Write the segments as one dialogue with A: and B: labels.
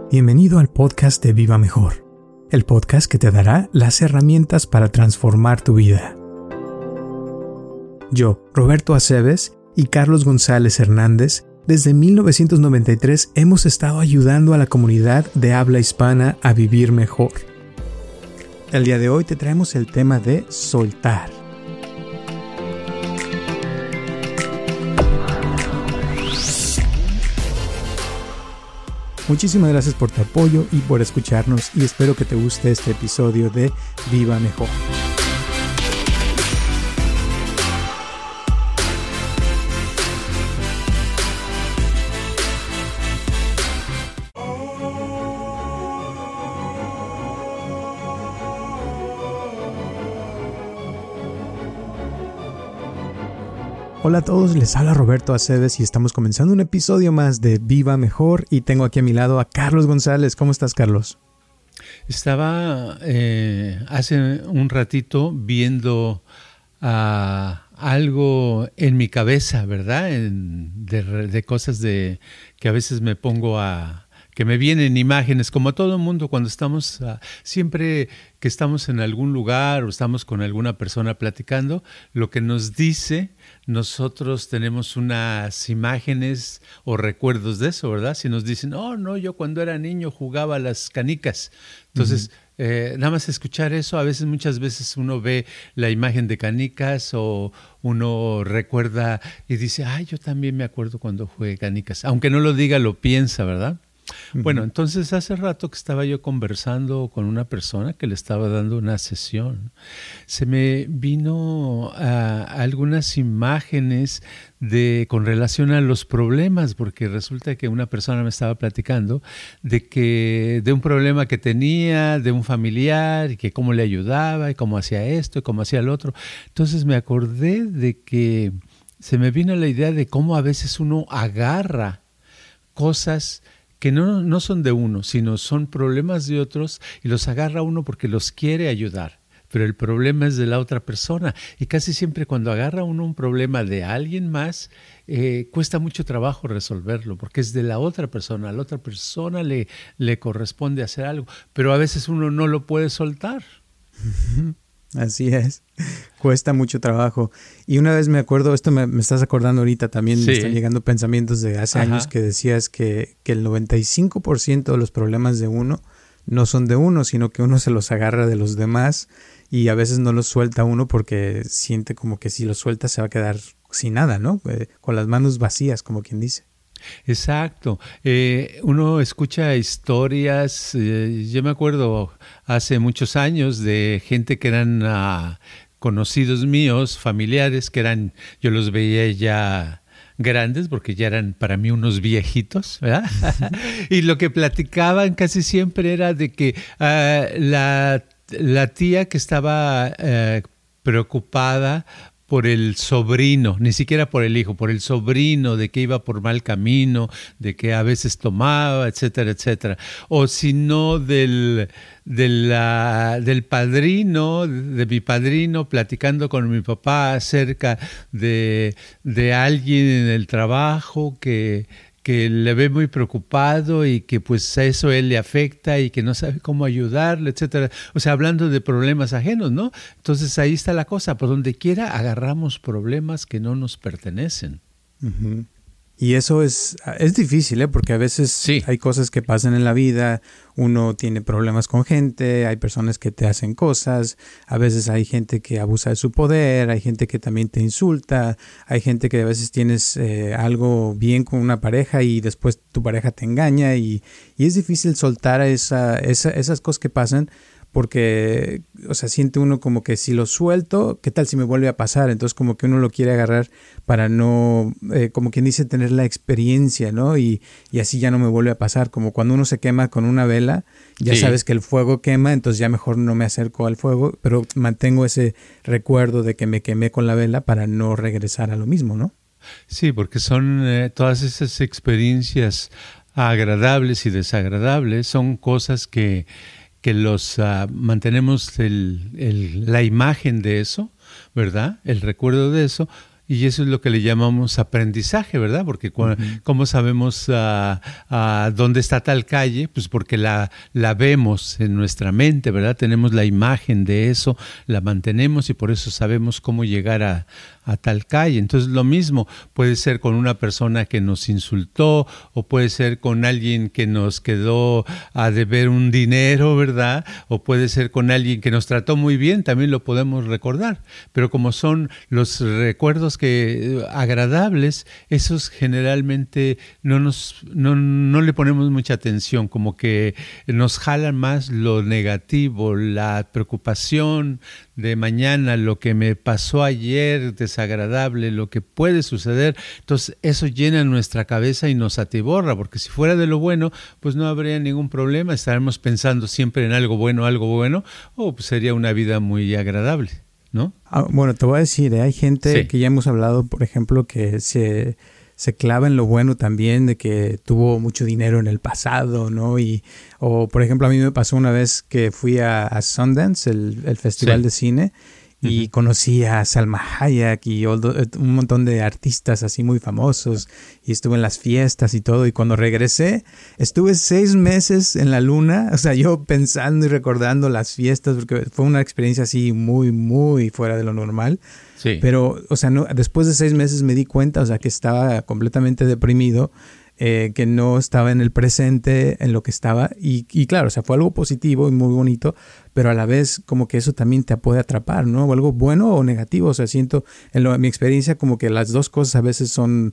A: Bienvenido al podcast de Viva Mejor, el podcast que te dará las herramientas para transformar tu vida. Yo, Roberto Aceves y Carlos González Hernández, desde 1993 hemos estado ayudando a la comunidad de habla hispana a vivir mejor. El día de hoy te traemos el tema de soltar. Muchísimas gracias por tu apoyo y por escucharnos, y espero que te guste este episodio de Viva Mejor. Hola a todos, les habla Roberto Aceves y estamos comenzando un episodio más de Viva Mejor, y tengo aquí a mi lado a Carlos González. ¿Cómo estás, Carlos?
B: Estaba hace un ratito viendo algo en mi cabeza, ¿verdad? De cosas que a veces me pongo que me vienen imágenes, como a todo el mundo cuando estamos, siempre que estamos en algún lugar o estamos con alguna persona platicando, lo que nos dice, nosotros tenemos unas imágenes o recuerdos de eso, ¿verdad? Si nos dicen, oh, no, yo cuando era niño jugaba a las canicas. Entonces, nada más escuchar eso, muchas veces uno ve la imagen de canicas o uno recuerda y dice, ay, yo también me acuerdo cuando jugué canicas. Aunque no lo diga, lo piensa, ¿verdad? Bueno, entonces hace rato que estaba yo conversando con una persona que le estaba dando una sesión. Se me vino algunas imágenes con relación a los problemas, porque resulta que una persona me estaba platicando de un problema que tenía, de un familiar, y que cómo le ayudaba, y cómo hacía esto, y cómo hacía lo otro. Entonces me acordé de que se me vino la idea de cómo a veces uno agarra cosas que no son de uno, sino son problemas de otros, y los agarra uno porque los quiere ayudar, pero el problema es de la otra persona. Y casi siempre cuando agarra uno un problema de alguien más, cuesta mucho trabajo resolverlo, porque es de la otra persona. A la otra persona le corresponde hacer algo, pero a veces uno no lo puede soltar.
A: Así es, cuesta mucho trabajo. Y una vez me acuerdo, esto me estás acordando ahorita también,
B: sí.
A: Me están llegando pensamientos de hace años que decías que el 95% de los problemas de uno no son de uno, sino que uno se los agarra de los demás, y a veces no los suelta uno porque siente como que si los suelta se va a quedar sin nada, ¿no? Con las manos vacías, como quien dice.
B: Exacto. Uno escucha historias, yo me acuerdo hace muchos años de gente que eran conocidos míos, familiares, yo los veía ya grandes porque ya eran para mí unos viejitos, ¿verdad? Y lo que platicaban casi siempre era de que la tía que estaba preocupada por el sobrino, ni siquiera por el hijo, por el sobrino, de que iba por mal camino, de que a veces tomaba, etcétera, etcétera. O si no del padrino, de mi padrino, platicando con mi papá acerca de alguien en el trabajo que le ve muy preocupado y que pues a eso él le afecta y que no sabe cómo ayudarle, etcétera. O sea, hablando de problemas ajenos, ¿no? Entonces ahí está la cosa, por donde quiera agarramos problemas que no nos pertenecen.
A: Uh-huh. Y eso es difícil, porque a veces sí. Hay cosas que pasan en la vida, uno tiene problemas con gente, hay personas que te hacen cosas, a veces hay gente que abusa de su poder, hay gente que también te insulta, hay gente que a veces tienes algo bien con una pareja y después tu pareja te engaña, y es difícil soltar esas cosas que pasan. Porque, o sea, siente uno como que si lo suelto, ¿qué tal si me vuelve a pasar? Entonces como que uno lo quiere agarrar para no, como quien dice, tener la experiencia, ¿no? Y así ya no me vuelve a pasar. Como cuando uno se quema con una vela, ya sí. Sabes que el fuego quema, entonces ya mejor no me acerco al fuego, pero mantengo ese recuerdo de que me quemé con la vela para no regresar a lo mismo, ¿no?
B: Sí, porque son todas esas experiencias agradables y desagradables, son cosas que los mantenemos la imagen de eso, ¿verdad? El recuerdo de eso, Y eso es lo que le llamamos aprendizaje, ¿verdad? Porque ¿cómo sabemos dónde está tal calle? Pues porque la vemos en nuestra mente, ¿verdad? Tenemos la imagen de eso, la mantenemos y por eso sabemos cómo llegar a tal calle. Entonces lo mismo puede ser con una persona que nos insultó o puede ser con alguien que nos quedó a deber un dinero, ¿verdad? O puede ser con alguien que nos trató muy bien, también lo podemos recordar. Pero como son los recuerdos agradables, esos generalmente no le ponemos mucha atención, como que nos jalan más lo negativo, la preocupación de mañana, lo que me pasó ayer desagradable, lo que puede suceder. Entonces eso llena nuestra cabeza y nos atiborra, porque si fuera de lo bueno, pues no habría ningún problema, estaremos pensando siempre en algo bueno, pues sería una vida muy agradable, ¿no?
A: Bueno, te voy a decir, hay gente que ya hemos hablado, por ejemplo, que se clava en lo bueno también, de que tuvo mucho dinero en el pasado, ¿no? O por ejemplo, a mí me pasó una vez que fui a Sundance, el festival de cine, y conocí a Salma Hayek y un montón de artistas así muy famosos, y estuve en las fiestas y todo, y cuando regresé, estuve 6 meses en la luna, o sea, yo pensando y recordando las fiestas, porque fue una experiencia así muy, muy fuera de lo normal. Sí. Pero, o sea, después de 6 meses me di cuenta, o sea, que estaba completamente deprimido, que no estaba en el presente, en lo que estaba, y claro, o sea, fue algo positivo y muy bonito, pero a la vez como que eso también te puede atrapar, ¿no? O algo bueno o negativo, o sea, siento en mi experiencia como que las dos cosas a veces son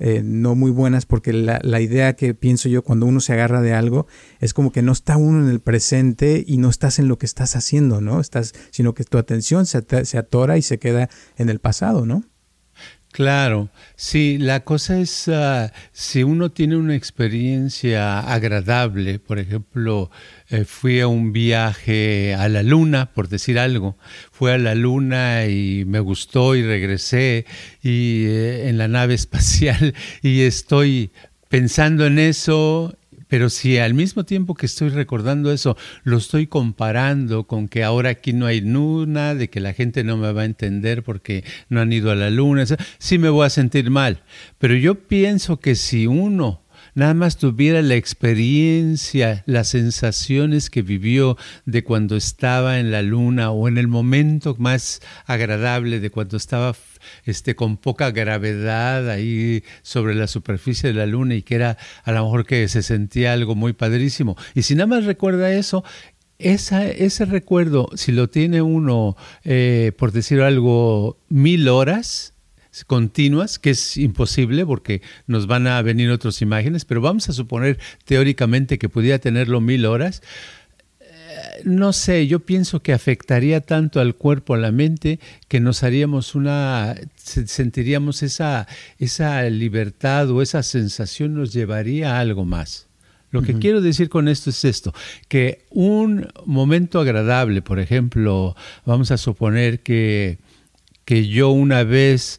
A: no muy buenas, porque la idea que pienso yo cuando uno se agarra de algo es como que no está uno en el presente y no estás en lo que estás haciendo, ¿no? Sino que tu atención se atora y se queda en el pasado, ¿no?
B: Claro, sí, la cosa es, si uno tiene una experiencia agradable, por ejemplo, fui a un viaje a la luna, por decir algo, fui a la luna y me gustó y regresé y en la nave espacial y estoy pensando en eso. Pero si al mismo tiempo que estoy recordando eso, lo estoy comparando con que ahora aquí no hay luna, de que la gente no me va a entender porque no han ido a la luna, sí me voy a sentir mal. Pero yo pienso que si uno nada más tuviera la experiencia, las sensaciones que vivió de cuando estaba en la luna o en el momento más agradable de cuando estaba con poca gravedad ahí sobre la superficie de la luna y que era a lo mejor que se sentía algo muy padrísimo. Y si nada más recuerda eso, ese recuerdo, si lo tiene uno, por decir algo, 1000 horas continuas, que es imposible porque nos van a venir otras imágenes, pero vamos a suponer teóricamente que pudiera tenerlo 1000 horas, no sé, yo pienso que afectaría tanto al cuerpo, a la mente, que nos haríamos sentiríamos esa libertad o esa sensación nos llevaría a algo más. Lo que quiero decir con esto es esto, que un momento agradable, por ejemplo, vamos a suponer que yo una vez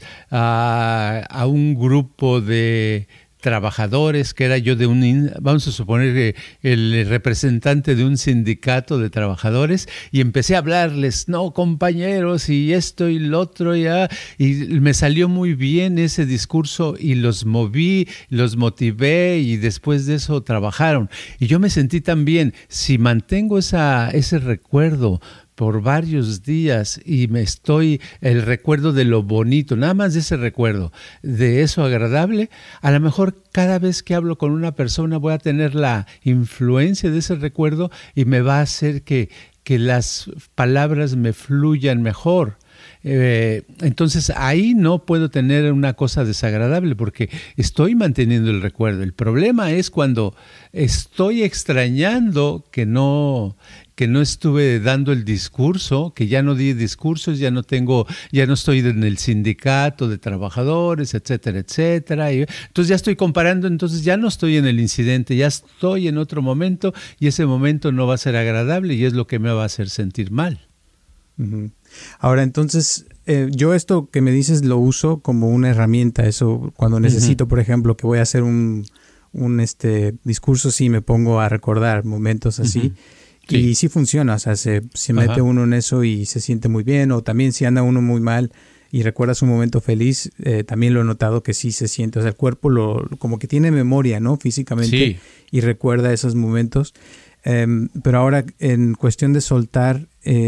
B: a un grupo de trabajadores, que era yo vamos a suponer que el representante de un sindicato de trabajadores, y empecé a hablarles, no compañeros, y esto y lo otro, y me salió muy bien ese discurso y los moví, los motivé y después de eso trabajaron. Y yo me sentí tan bien, si mantengo ese recuerdo por varios días y el recuerdo de lo bonito, nada más de ese recuerdo, de eso agradable, a lo mejor cada vez que hablo con una persona voy a tener la influencia de ese recuerdo y me va a hacer que las palabras me fluyan mejor. Entonces ahí no puedo tener una cosa desagradable porque estoy manteniendo el recuerdo. El problema es cuando estoy extrañando que no estuve dando el discurso, que ya no di discursos, ya no estoy en el sindicato de trabajadores, etcétera, etcétera. Entonces ya estoy comparando, entonces ya no estoy en el incidente, ya estoy en otro momento y ese momento no va a ser agradable y es lo que me va a hacer sentir mal.
A: Uh-huh. Ahora, entonces, yo esto que me dices lo uso como una herramienta, eso cuando necesito, por ejemplo, que voy a hacer un discurso, sí me pongo a recordar momentos así. Sí. Y sí funciona, o sea, se mete uno en eso y se siente muy bien, o también si anda uno muy mal y recuerdas un momento feliz, también lo he notado que sí se siente, o sea, el cuerpo como que tiene memoria, ¿no? Físicamente, sí, y recuerda esos momentos. Pero ahora, en cuestión de soltar,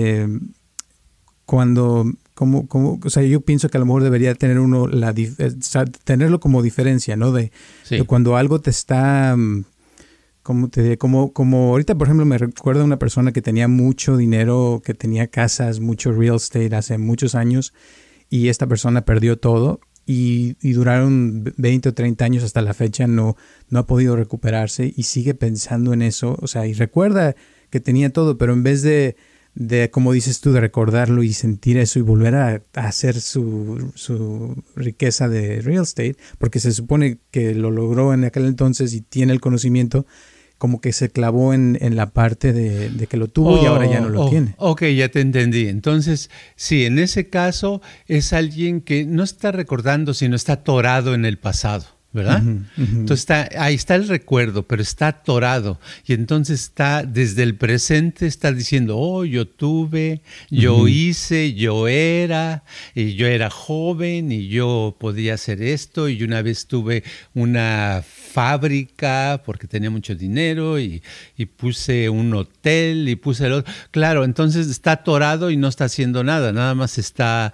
A: o sea, yo pienso que a lo mejor debería tener uno tenerlo como diferencia, ¿no? De cuando algo te está, como ahorita, por ejemplo, me recuerda a una persona que tenía mucho dinero, que tenía casas, mucho real estate hace muchos años, y esta persona perdió todo y duraron 20 o 30 años hasta la fecha, no ha podido recuperarse y sigue pensando en eso, o sea, y recuerda que tenía todo, pero en vez de como dices tú, de recordarlo y sentir eso y volver a hacer su riqueza de real estate, porque se supone que lo logró en aquel entonces y tiene el conocimiento, como que se clavó en la parte de que lo tuvo y ahora ya no lo tiene.
B: Ok, ya te entendí. Entonces, sí, en ese caso es alguien que no está recordando, sino está atorado en el pasado, ¿verdad? Entonces ahí está el recuerdo, pero está atorado. Y entonces está desde el presente, está diciendo, yo tuve, yo hice, yo era joven y yo podía hacer esto y una vez tuve una fábrica porque tenía mucho dinero y puse un hotel y puse el otro. Claro, entonces está atorado y no está haciendo nada más está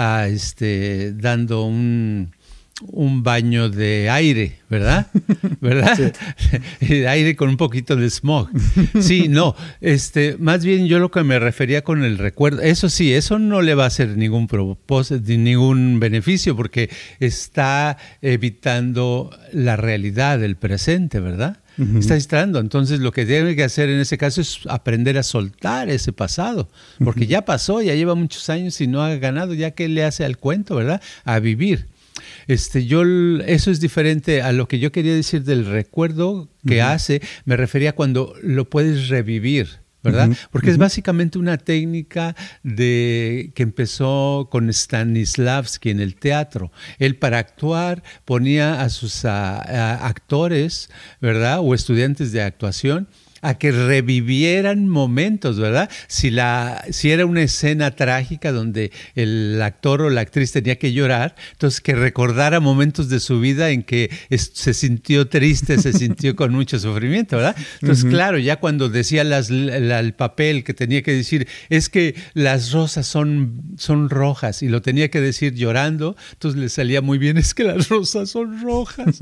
B: dando un baño de aire, ¿verdad? ¿Verdad? Sí. Aire con un poquito de smog. Sí, no, más bien yo lo que me refería con el recuerdo, eso sí, eso no le va a hacer ningún propósito, ningún beneficio, porque está evitando la realidad del presente, ¿verdad? Está distrayendo. Entonces lo que tiene que hacer en ese caso es aprender a soltar ese pasado, porque ya pasó, ya lleva muchos años y no ha ganado, ya que le hace al cuento, ¿verdad? A vivir. Eso es diferente a lo que yo quería decir del recuerdo que hace. Me refería cuando lo puedes revivir, ¿verdad? Porque es básicamente una técnica que empezó con Stanislavski en el teatro. Él para actuar ponía a sus actores, ¿verdad? O estudiantes de actuación a que revivieran momentos, ¿verdad? Si era una escena trágica donde el actor o la actriz tenía que llorar, entonces que recordara momentos de su vida en que se sintió triste, se sintió con mucho sufrimiento, ¿verdad? Entonces, claro, ya cuando decía el papel que tenía que decir, es que las rosas son rojas, y lo tenía que decir llorando, entonces le salía muy bien, es que las rosas son rojas.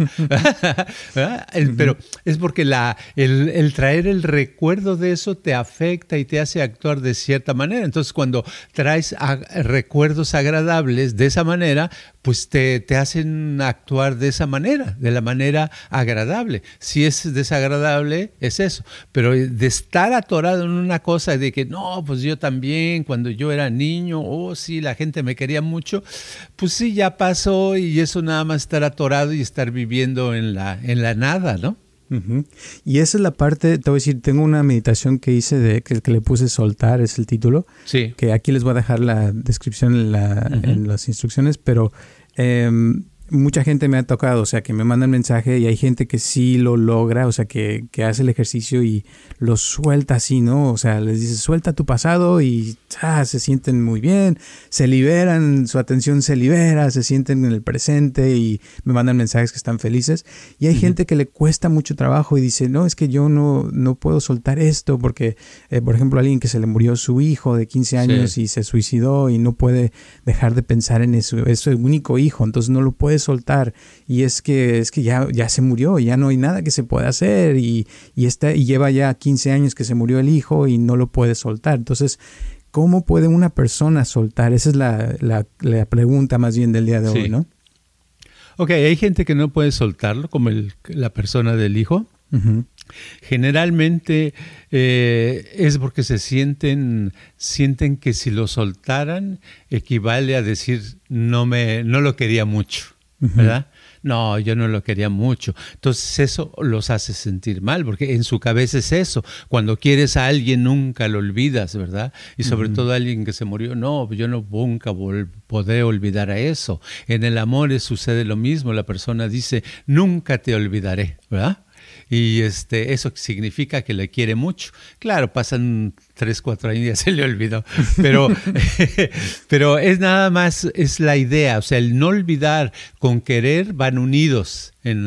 B: Pero es porque el traer el recuerdo de eso te afecta y te hace actuar de cierta manera. Entonces, cuando traes recuerdos agradables de esa manera, pues te hacen actuar de esa manera, de la manera agradable. Si es desagradable, es eso. Pero de estar atorado en una cosa de que, no, pues yo también, cuando yo era niño, sí, la gente me quería mucho, pues sí, ya pasó, y eso nada más estar atorado y estar viviendo en la nada, ¿no?
A: Y esa es la parte, te voy a decir, tengo una meditación que hice que le puse soltar, es el título,
B: sí,
A: que aquí les voy a dejar la descripción en las instrucciones, pero mucha gente me ha tocado, o sea, que me mandan mensaje y hay gente que sí lo logra, o sea, que hace el ejercicio y lo suelta así, ¿no? O sea, les dice, suelta tu pasado y se sienten muy bien, se liberan, su atención se libera, se sienten en el presente y me mandan mensajes que están felices. Y hay gente que le cuesta mucho trabajo y dice, no, es que yo no puedo soltar esto porque, por ejemplo, alguien que se le murió su hijo de 15 años y se suicidó y no puede dejar de pensar en eso, es su único hijo, entonces no lo puede soltar, y es que ya se murió, ya no hay nada que se pueda hacer y lleva ya 15 años que se murió el hijo y no lo puede soltar. Entonces, ¿cómo puede una persona soltar? Esa es la pregunta más bien del día de hoy, ¿no?
B: Ok, hay gente que no puede soltarlo, como la persona del hijo. Generalmente es porque se sienten que si lo soltaran equivale a decir no lo quería mucho, ¿verdad? No, yo no lo quería mucho. Entonces eso los hace sentir mal, porque en su cabeza es eso. Cuando quieres a alguien nunca lo olvidas, ¿verdad? Y sobre todo a alguien que se murió, no, yo nunca podré olvidar a eso. En el amor sucede lo mismo. La persona dice, nunca te olvidaré, ¿verdad? y eso significa que le quiere mucho. Claro, pasan 3, 4 años y ya se le olvidó, pero es nada más, es la idea, o sea, el no olvidar con querer van unidos en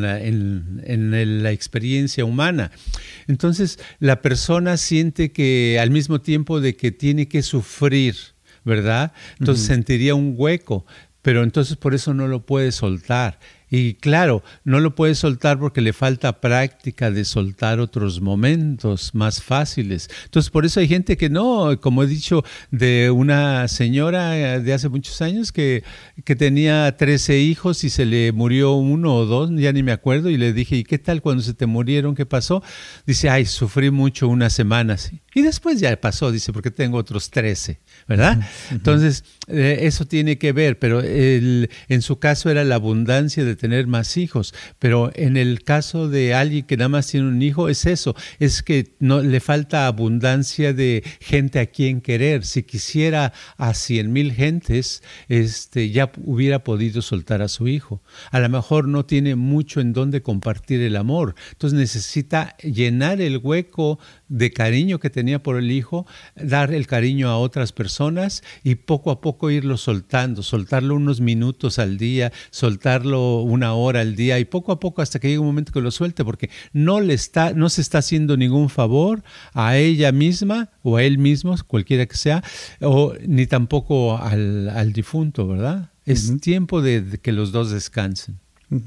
B: la experiencia humana. Entonces, la persona siente que al mismo tiempo de que tiene que sufrir, ¿verdad? Entonces sentiría un hueco, pero entonces por eso no lo puede soltar. Y claro, no lo puede soltar porque le falta práctica de soltar otros momentos más fáciles. Entonces, por eso hay gente que no, como he dicho, de una señora de hace muchos años que tenía 13 hijos y se le murió 1 o 2, ya ni me acuerdo, y le dije, ¿y qué tal cuando se te murieron? ¿Qué pasó? Dice, ay, sufrí mucho unas semanas. Y después ya pasó, dice, porque tengo otros 13, ¿verdad? Entonces, eso tiene que ver, pero en su caso era la abundancia de tener más hijos, pero en el caso de alguien que nada más tiene un hijo es eso, es que no le falta abundancia de gente a quien querer. Si quisiera a 100,000 gentes, ya hubiera podido soltar a su hijo. A lo mejor no tiene mucho en dónde compartir el amor, entonces necesita llenar el hueco de cariño que tenía por el hijo, dar el cariño a otras personas y poco a poco irlo soltarlo unos minutos al día, soltarlo 1 hora al día y poco a poco hasta que llegue un momento que lo suelte, porque no se está haciendo ningún favor a ella misma o a él mismo, cualquiera que sea, ni tampoco al difunto, ¿verdad? Es tiempo de que los dos descansen.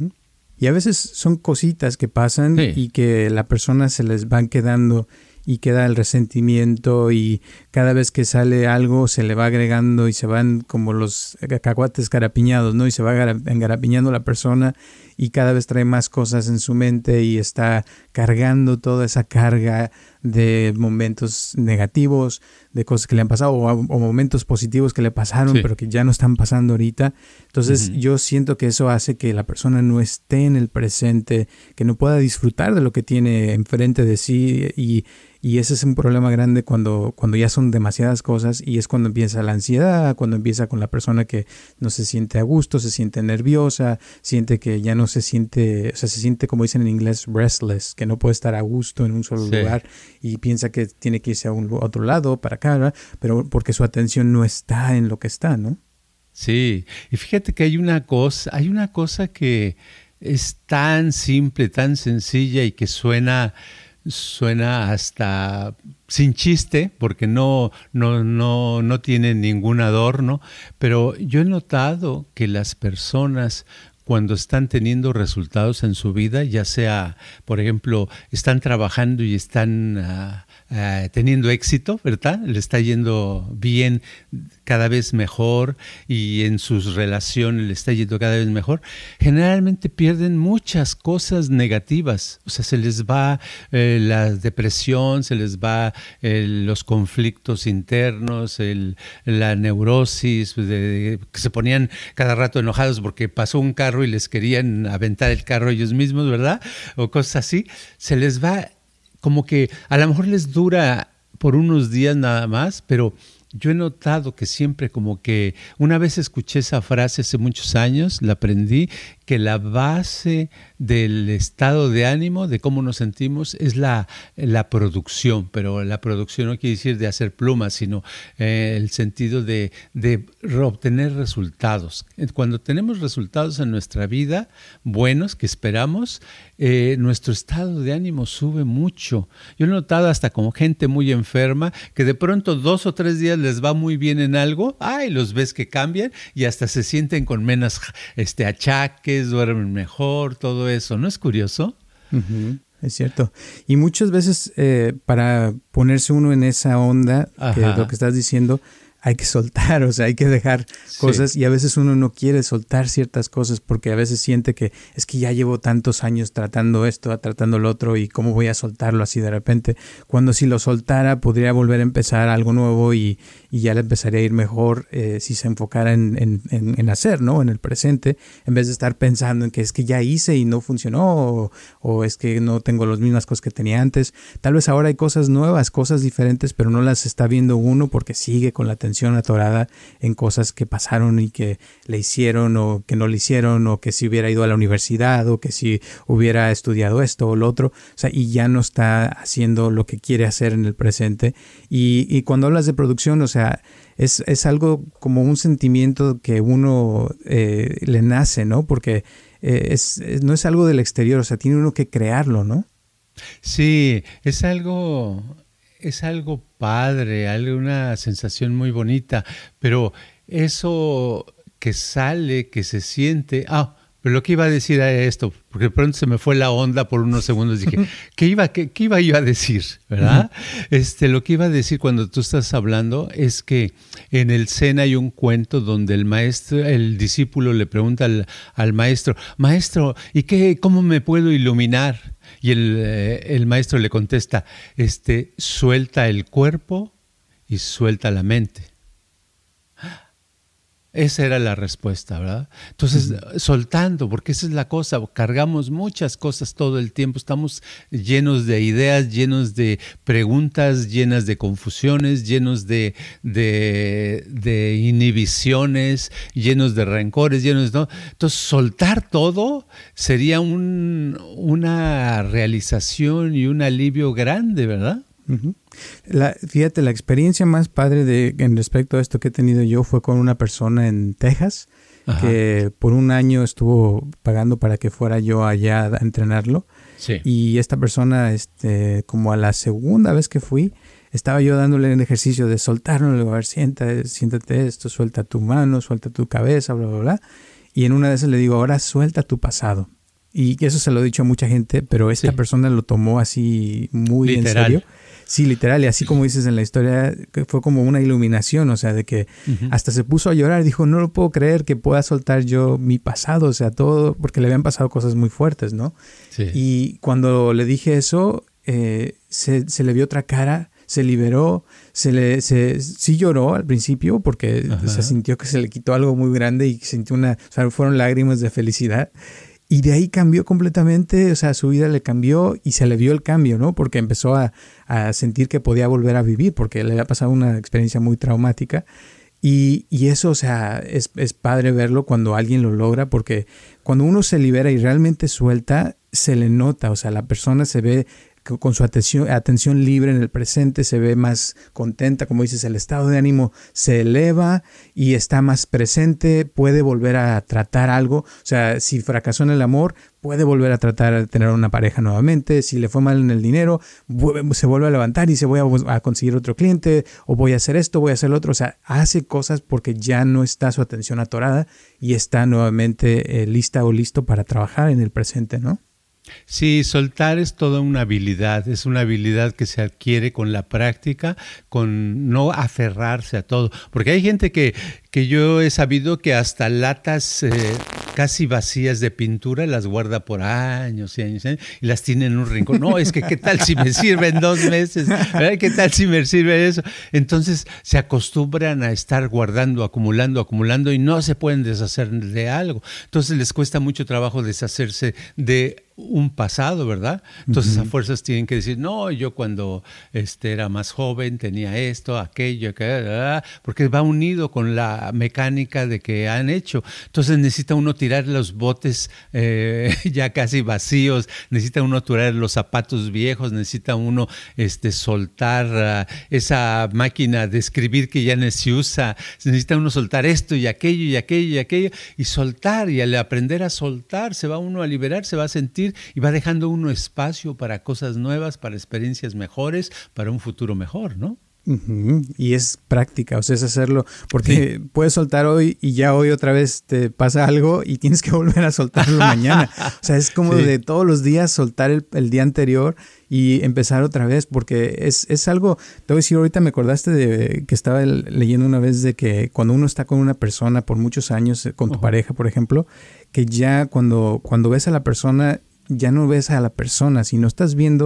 A: Y a veces son cositas que pasan y que la persona se les van quedando y queda el resentimiento, y cada vez que sale algo se le va agregando y se van como los cacahuates garapiñados, ¿no? Y se va engarapiñando la persona y cada vez trae más cosas en su mente y está cargando toda esa carga de momentos negativos, de cosas que le han pasado o momentos positivos que le pasaron pero que ya no están pasando ahorita. Entonces yo siento que eso hace que la persona no esté en el presente, que no pueda disfrutar de lo que tiene enfrente de sí, y ese es un problema grande cuando ya son demasiadas cosas, y es cuando empieza la ansiedad, cuando empieza con la persona que no se siente a gusto, se siente nerviosa, siente que ya no se siente, o sea, se siente, como dicen en inglés, restless, que no puede estar a gusto en un solo lugar y piensa que tiene que irse a otro lado, para acá, ¿verdad? Pero porque su atención no está en lo que está, ¿no?
B: Sí, y fíjate que hay una cosa que es tan simple, tan sencilla y que suena hasta sin chiste, porque no tiene ningún adorno, pero yo he notado que las personas, cuando están teniendo resultados en su vida, ya sea, por ejemplo, están trabajando y están teniendo éxito, ¿verdad? Le está yendo bien, cada vez mejor, y en sus relaciones le está yendo cada vez mejor, generalmente pierden muchas cosas negativas. O sea, se les va la depresión, se les va los conflictos internos, la neurosis, que se ponían cada rato enojados porque pasó un carro y les querían aventar el carro ellos mismos, ¿verdad? O cosas así. Se les va, como que a lo mejor les dura por unos días nada más, pero yo he notado que siempre, como que una vez escuché esa frase hace muchos años, la aprendí, que la base del estado de ánimo, de cómo nos sentimos, es la producción, pero la producción no quiere decir de hacer plumas, sino el sentido de obtener resultados. Cuando tenemos resultados en nuestra vida, buenos, que esperamos, nuestro estado de ánimo sube mucho. Yo he notado hasta como gente muy enferma, que de pronto 2 o 3 días les va muy bien en algo, los ves que cambian y hasta se sienten con menos achaques, duermen mejor, todo eso. ¿No es curioso?
A: Es cierto. Y muchas veces para ponerse uno en esa onda, que lo que estás diciendo, hay que soltar, o sea, hay que dejar cosas, y a veces uno no quiere soltar ciertas cosas porque a veces siente que es que ya llevo tantos años tratando esto, tratando lo otro, y cómo voy a soltarlo así de repente, cuando si lo soltara podría volver a empezar algo nuevo y ya le empezaría a ir mejor si se enfocara en hacer, ¿no? En el presente, en vez de estar pensando en que es que ya hice y no funcionó, o es que no tengo las mismas cosas que tenía antes. Tal vez ahora hay cosas nuevas, cosas diferentes, pero no las está viendo uno porque sigue con la atención atención atorada en cosas que pasaron y que le hicieron o que no le hicieron, o que si hubiera ido a la universidad o que si hubiera estudiado esto o lo otro, o sea, y ya no está haciendo lo que quiere hacer en el presente. Y cuando hablas de producción, o sea, es algo como un sentimiento que uno le nace, ¿no? Porque no es algo del exterior, o sea, tiene uno que crearlo, ¿no?
B: Sí, es algo padre, una sensación muy bonita, pero eso que sale, que se siente... pero lo que iba a decir era esto, porque de pronto se me fue la onda por unos segundos. Dije, ¿qué iba yo a decir? ¿Verdad? Lo que iba a decir cuando tú estás hablando es que en el Zen hay un cuento donde el discípulo le pregunta al maestro, maestro, ¿y cómo me puedo iluminar? Y el maestro le contesta, suelta el cuerpo y suelta la mente. Esa era la respuesta, ¿verdad? Entonces, soltando, porque esa es la cosa, cargamos muchas cosas todo el tiempo, estamos llenos de ideas, llenos de preguntas, llenas de confusiones, llenos de inhibiciones, llenos de rencores, ¿no? Entonces, soltar todo sería una realización y un alivio grande, ¿verdad?
A: Uh-huh. Fíjate, la experiencia más padre en respecto a esto que he tenido yo fue con una persona en Texas. Ajá. Que por un año estuvo pagando para que fuera yo allá a entrenarlo.
B: Sí.
A: Y esta persona, como a la segunda vez que fui, estaba yo dándole el ejercicio de soltarlo, le digo, a ver, siéntate esto, suelta tu mano, suelta tu cabeza, bla, bla, bla. Y en una de esas le digo, ahora suelta tu pasado. Y eso se lo he dicho a mucha gente, pero esta persona lo tomó así muy
B: literal.
A: En serio. Sí, literal, y así como dices en la historia, fue como una iluminación, o sea, de que hasta se puso a llorar, dijo, no lo puedo creer que pueda soltar yo mi pasado, o sea, todo, porque le habían pasado cosas muy fuertes, ¿no?
B: Sí.
A: Y cuando le dije eso, se le vio otra cara, se liberó, sí lloró al principio, porque se sintió que se le quitó algo muy grande y sintió o sea, fueron lágrimas de felicidad. Y de ahí cambió completamente, o sea, su vida le cambió y se le vio el cambio, ¿no? Porque empezó a sentir que podía volver a vivir, porque le había pasado una experiencia muy traumática. Y eso, o sea, es padre verlo cuando alguien lo logra, porque cuando uno se libera y realmente suelta, se le nota, o sea, la persona se ve con su atención libre en el presente, se ve más contenta, como dices, el estado de ánimo se eleva y está más presente, puede volver a tratar algo, o sea, si fracasó en el amor, puede volver a tratar de tener una pareja nuevamente, si le fue mal en el dinero, se vuelve a levantar y dice voy a conseguir otro cliente, o voy a hacer esto, voy a hacer lo otro, o sea, hace cosas porque ya no está su atención atorada y está nuevamente lista o listo para trabajar en el presente, ¿no?
B: Sí, soltar es toda una habilidad, es una habilidad que se adquiere con la práctica, con no aferrarse a todo, porque hay gente que yo he sabido que hasta latas casi vacías de pintura las guarda por años y años, y las tiene en un rincón. No, es que ¿qué tal si me sirven 2 meses? ¿Verdad? ¿Qué tal si me sirve eso? Entonces se acostumbran a estar guardando, acumulando y no se pueden deshacer de algo. Entonces les cuesta mucho trabajo deshacerse de un pasado, ¿verdad? Entonces a fuerzas tienen que decir, no, yo cuando era más joven tenía esto, aquello, porque va unido con la mecánica de que han hecho. Entonces necesita uno tirar los botes ya casi vacíos, necesita uno tirar los zapatos viejos, necesita uno soltar esa máquina de escribir que ya no se usa, necesita uno soltar esto y aquello y soltar, y al aprender a soltar se va uno a liberar, se va a sentir y va dejando uno espacio para cosas nuevas, para experiencias mejores, para un futuro mejor, ¿no?
A: Uh-huh. Y es práctica, o sea, es hacerlo, porque puedes soltar hoy y ya hoy otra vez te pasa algo y tienes que volver a soltarlo mañana. O sea, es como de todos los días soltar el día anterior y empezar otra vez, porque es algo, te voy a decir, ahorita me acordaste de que estaba leyendo una vez de que cuando uno está con una persona por muchos años, con tu pareja, por ejemplo, que ya cuando ves a la persona, ya no ves a la persona, sino estás viendo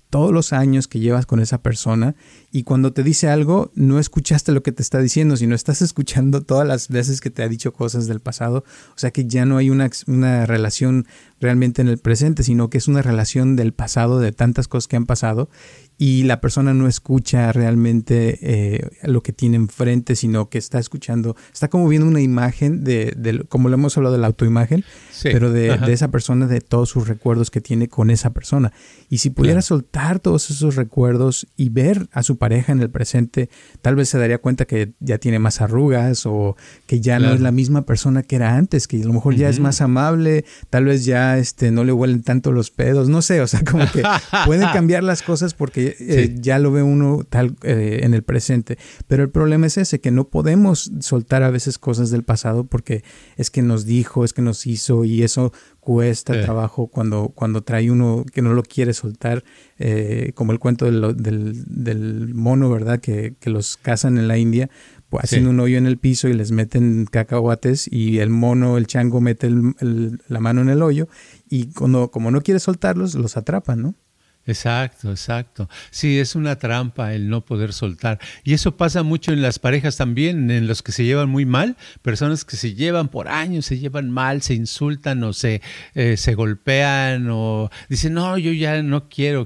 A: todos los años que llevas con esa persona, y cuando te dice algo, no escuchaste lo que te está diciendo, sino estás escuchando todas las veces que te ha dicho cosas del pasado. O sea que ya no hay una relación realmente en el presente, sino que es una relación del pasado, de tantas cosas que han pasado, y la persona no escucha realmente lo que tiene enfrente, sino que está escuchando, está como viendo una imagen como lo hemos hablado de la autoimagen, sí, pero de esa persona, de todos sus recuerdos que tiene con esa persona. Y si pudiera soltar todos esos recuerdos y ver a su pareja en el presente, tal vez se daría cuenta que ya tiene más arrugas, o que ya no es la misma persona que era antes, que a lo mejor ya es más amable, tal vez ya no le huelen tanto los pedos, no sé, o sea, como que pueden cambiar las cosas porque ya lo ve uno tal en el presente. Pero el problema es ese, que no podemos soltar a veces cosas del pasado porque es que nos dijo, es que nos hizo, y eso cuesta trabajo cuando trae uno que no lo quiere soltar, como el cuento del mono, ¿verdad? Que los cazan en la India, pues, haciendo un hoyo en el piso y les meten cacahuates, y el mono, el chango, mete la mano en el hoyo, y como no quiere soltarlos, los atrapan, ¿no?
B: Exacto, exacto. Sí, es una trampa el no poder soltar. Y eso pasa mucho en las parejas también, en los que se llevan muy mal, personas que se llevan por años, se llevan mal, se insultan o se golpean o dicen, no, yo ya no quiero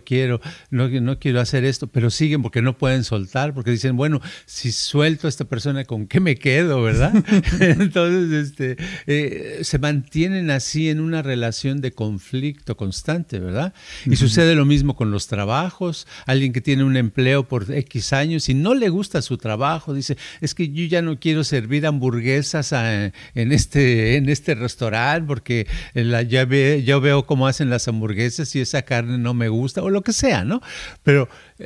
B: hacer esto, pero siguen porque no pueden soltar, porque dicen, bueno, si suelto a esta persona, ¿con qué me quedo, verdad? Entonces, se mantienen así en una relación de conflicto constante, ¿verdad? Y sucede lo mismo con los trabajos. Alguien que tiene un empleo por X años y no le gusta su trabajo, dice, es que yo ya no quiero servir hamburguesas en este restaurante porque yo veo cómo hacen las hamburguesas y esa carne no me gusta, o lo que sea, ¿no? Pero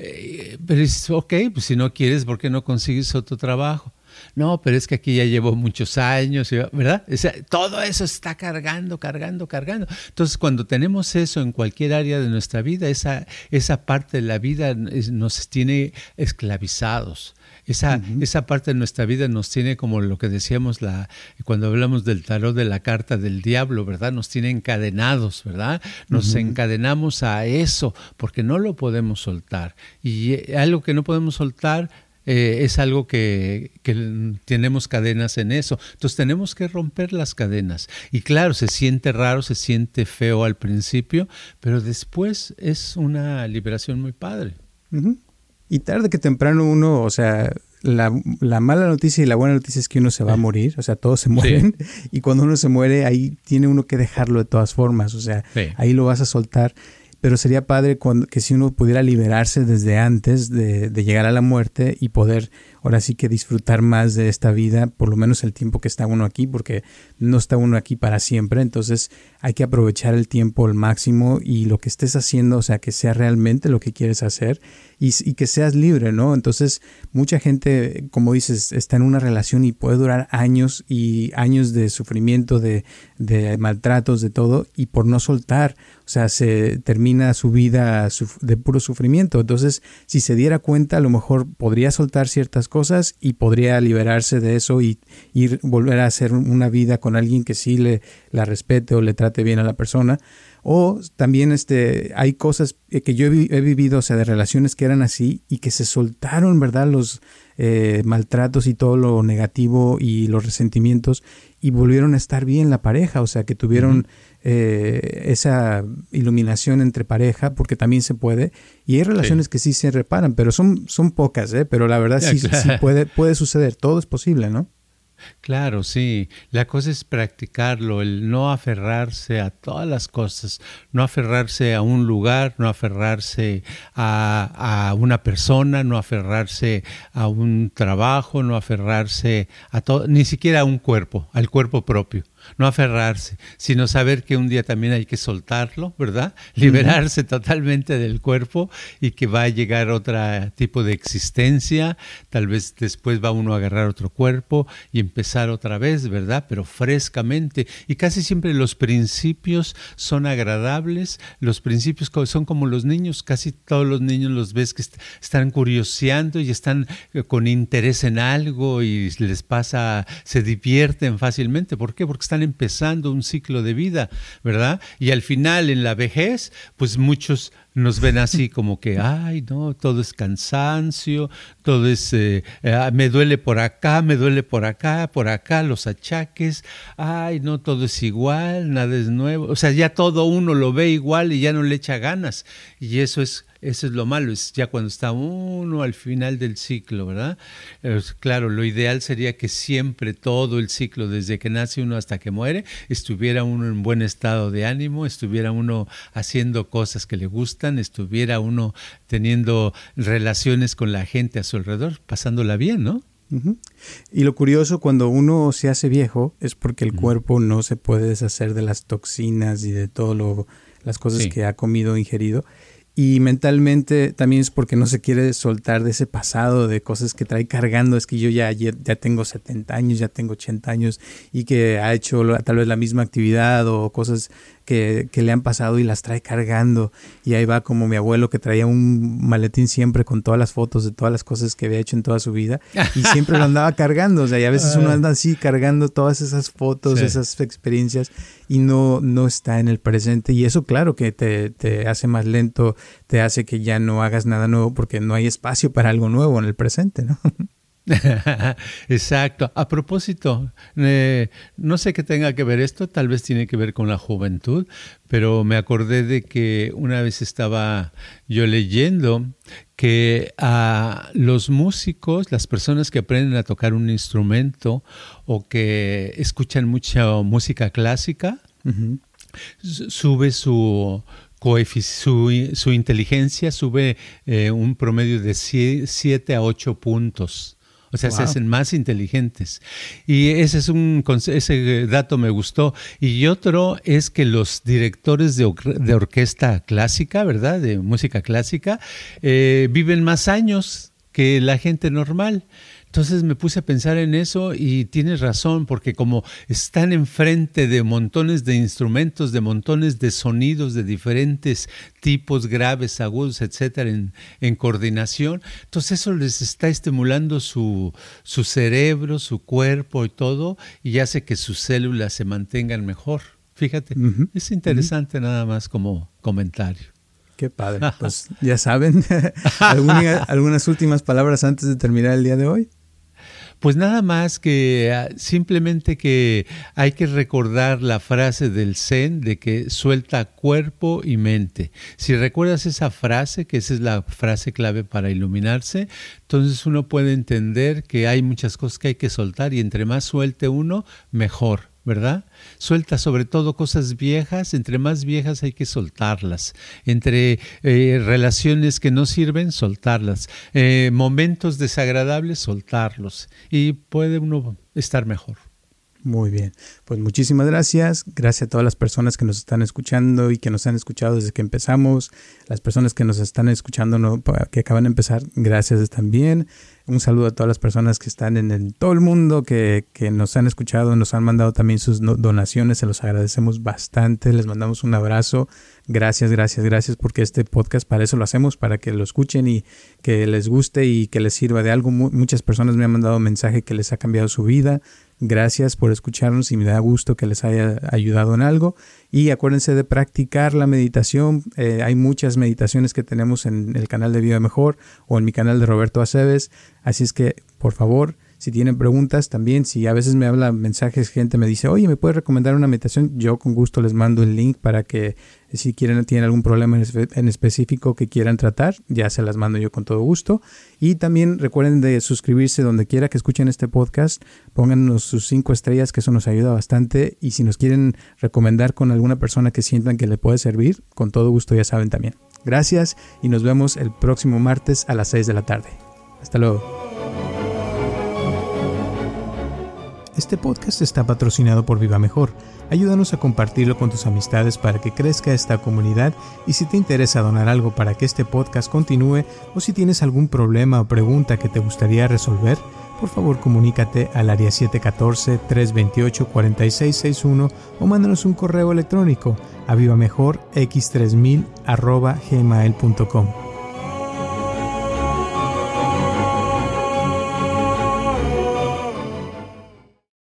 B: dices, ok, pues si no quieres, ¿por qué no consigues otro trabajo? No, pero es que aquí ya llevo muchos años, ¿verdad? O sea, todo eso está cargando. Entonces, cuando tenemos eso en cualquier área de nuestra vida, esa parte de la vida nos tiene esclavizados. Esa parte de nuestra vida nos tiene, como lo que decíamos cuando hablamos del tarot de la carta del diablo, ¿verdad? Nos tiene encadenados, ¿verdad? Nos encadenamos a eso porque no lo podemos soltar. Y algo que no podemos soltar es algo que tenemos cadenas en eso. Entonces tenemos que romper las cadenas. Y claro, se siente raro, se siente feo al principio, pero después es una liberación muy padre.
A: Y tarde que temprano uno, o sea, la mala noticia y la buena noticia es que uno se va a morir, o sea, todos se mueren, y cuando uno se muere, ahí tiene uno que dejarlo de todas formas, o sea, ahí lo vas a soltar. Pero sería padre que si uno pudiera liberarse desde antes de llegar a la muerte y poder ahora sí que disfrutar más de esta vida, por lo menos el tiempo que está uno aquí, porque no está uno aquí para siempre. Entonces hay que aprovechar el tiempo al máximo, y lo que estés haciendo, o sea, que sea realmente lo que quieres hacer y que seas libre, ¿no? Entonces mucha gente, como dices, está en una relación y puede durar años y años de sufrimiento, de maltratos, de todo, y por no soltar, o sea, se termina su vida de puro sufrimiento. Entonces, si se diera cuenta, a lo mejor podría soltar ciertas cosas y podría liberarse de eso y volver a hacer una vida con alguien que sí la respete o le trate bien a la persona. O también hay cosas que yo he vivido, o sea, de relaciones que eran así y que se soltaron, ¿verdad? Los maltratos y todo lo negativo y los resentimientos, y volvieron a estar bien la pareja, o sea, que tuvieron esa iluminación entre pareja, porque también se puede, y hay relaciones que sí se reparan, pero son pocas, pero la verdad sí puede suceder, todo es posible, ¿no?
B: Claro, sí. La cosa es practicarlo, el no aferrarse a todas las cosas, no aferrarse a un lugar, no aferrarse a una persona, no aferrarse a un trabajo, no aferrarse a todo, ni siquiera a un cuerpo, al cuerpo propio. No aferrarse, sino saber que un día también hay que soltarlo, ¿verdad? Liberarse totalmente del cuerpo, y que va a llegar otro tipo de existencia. Tal vez después va uno a agarrar otro cuerpo y empezar otra vez, ¿verdad? Pero frescamente. Y casi siempre los principios son agradables. Los principios son como los niños. Casi todos los niños los ves que están curioseando y están con interés en algo, y les pasa, se divierten fácilmente. ¿Por qué? Porque están están empezando un ciclo de vida, ¿verdad? Y al final, en la vejez, pues muchos nos ven así como que, ay, no, todo es cansancio, todo es, me duele por acá, por acá, los achaques, ay, no, todo es igual, nada es nuevo. O sea, ya todo uno lo ve igual y ya no le echa ganas. Y eso es lo malo, es ya cuando está uno al final del ciclo, ¿verdad? Claro, lo ideal sería que siempre todo el ciclo, desde que nace uno hasta que muere, estuviera uno en buen estado de ánimo, estuviera uno haciendo cosas que le gustan, estuviera uno teniendo relaciones con la gente a su alrededor, pasándola bien, ¿no?
A: Uh-huh. Y lo curioso, cuando uno se hace viejo, es porque el cuerpo no se puede deshacer de las toxinas y de todo las cosas que ha comido o ingerido. Y mentalmente también es porque no se quiere soltar de ese pasado, de cosas que trae cargando. Es que yo ya tengo 70 años, ya tengo 80 años y que ha hecho tal vez la misma actividad o cosas que le han pasado y las trae cargando. Y ahí va como mi abuelo, que traía un maletín siempre con todas las fotos de todas las cosas que había hecho en toda su vida y siempre lo andaba cargando. O sea, y a veces uno anda así cargando todas esas fotos, esas experiencias y no está en el presente. Y eso, claro, que te hace más lento, te hace que ya no hagas nada nuevo porque no hay espacio para algo nuevo en el presente, ¿no?
B: Exacto. A propósito, no sé qué tenga que ver esto, tal vez tiene que ver con la juventud, pero me acordé de que una vez estaba yo leyendo que a los músicos, las personas que aprenden a tocar un instrumento o que escuchan mucha música clásica, sube su inteligencia, sube un promedio de 7 a 8 puntos. O sea, se hacen más inteligentes. Y ese dato me gustó. Y otro es que los directores de orquesta clásica, ¿verdad? De música clásica, viven más años que la gente normal. Entonces me puse a pensar en eso y tienes razón, porque como están enfrente de montones de instrumentos, de montones de sonidos de diferentes tipos, graves, agudos, etcétera, en coordinación, entonces eso les está estimulando su cerebro, su cuerpo y todo, y hace que sus células se mantengan mejor. Fíjate, es interesante nada más como comentario.
A: Qué padre. Pues ya saben, algunas últimas palabras antes de terminar el día de hoy.
B: Pues nada más que simplemente que hay que recordar la frase del Zen de que suelta cuerpo y mente. Si recuerdas esa frase, que esa es la frase clave para iluminarse, entonces uno puede entender que hay muchas cosas que hay que soltar y entre más suelte uno, mejor, ¿verdad? Suelta sobre todo cosas viejas, entre más viejas hay que soltarlas, entre relaciones que no sirven, soltarlas, momentos desagradables, soltarlos y puede uno estar mejor.
A: Muy bien, pues muchísimas gracias. Gracias a todas las personas que nos están escuchando y que nos han escuchado desde que empezamos. Las personas que nos están escuchando que acaban de empezar, gracias también. Un saludo a todas las personas que están en todo el mundo, que nos han escuchado, nos han mandado también sus donaciones, se los agradecemos bastante, les mandamos un abrazo. Gracias, porque este podcast para eso lo hacemos, para que lo escuchen y que les guste y que les sirva de algo. Muchas personas me han mandado mensaje que les ha cambiado su vida. Gracias por escucharnos y me da gusto que les haya ayudado en algo. Y acuérdense de practicar la meditación. Hay muchas meditaciones que tenemos en el canal de Viva Mejor o en mi canal de Roberto Aceves. Así es que, por favor, si tienen preguntas también, si a veces me habla mensajes, gente me dice, oye, ¿me puedes recomendar una meditación? Yo con gusto les mando el link para que si tienen algún problema en específico que quieran tratar, ya se las mando yo con todo gusto. Y también recuerden de suscribirse donde quiera que escuchen este podcast, pónganos sus 5 estrellas, que eso nos ayuda bastante. Y si nos quieren recomendar con alguna persona que sientan que le puede servir, con todo gusto ya saben también. Gracias y nos vemos el próximo martes a las 6 de la tarde. Hasta luego. Este podcast está patrocinado por Viva Mejor. Ayúdanos a compartirlo con tus amistades para que crezca esta comunidad y si te interesa donar algo para que este podcast continúe o si tienes algún problema o pregunta que te gustaría resolver, por favor comunícate al área 714-328-4661 o mándanos un correo electrónico a vivamejorx3000@gmail.com.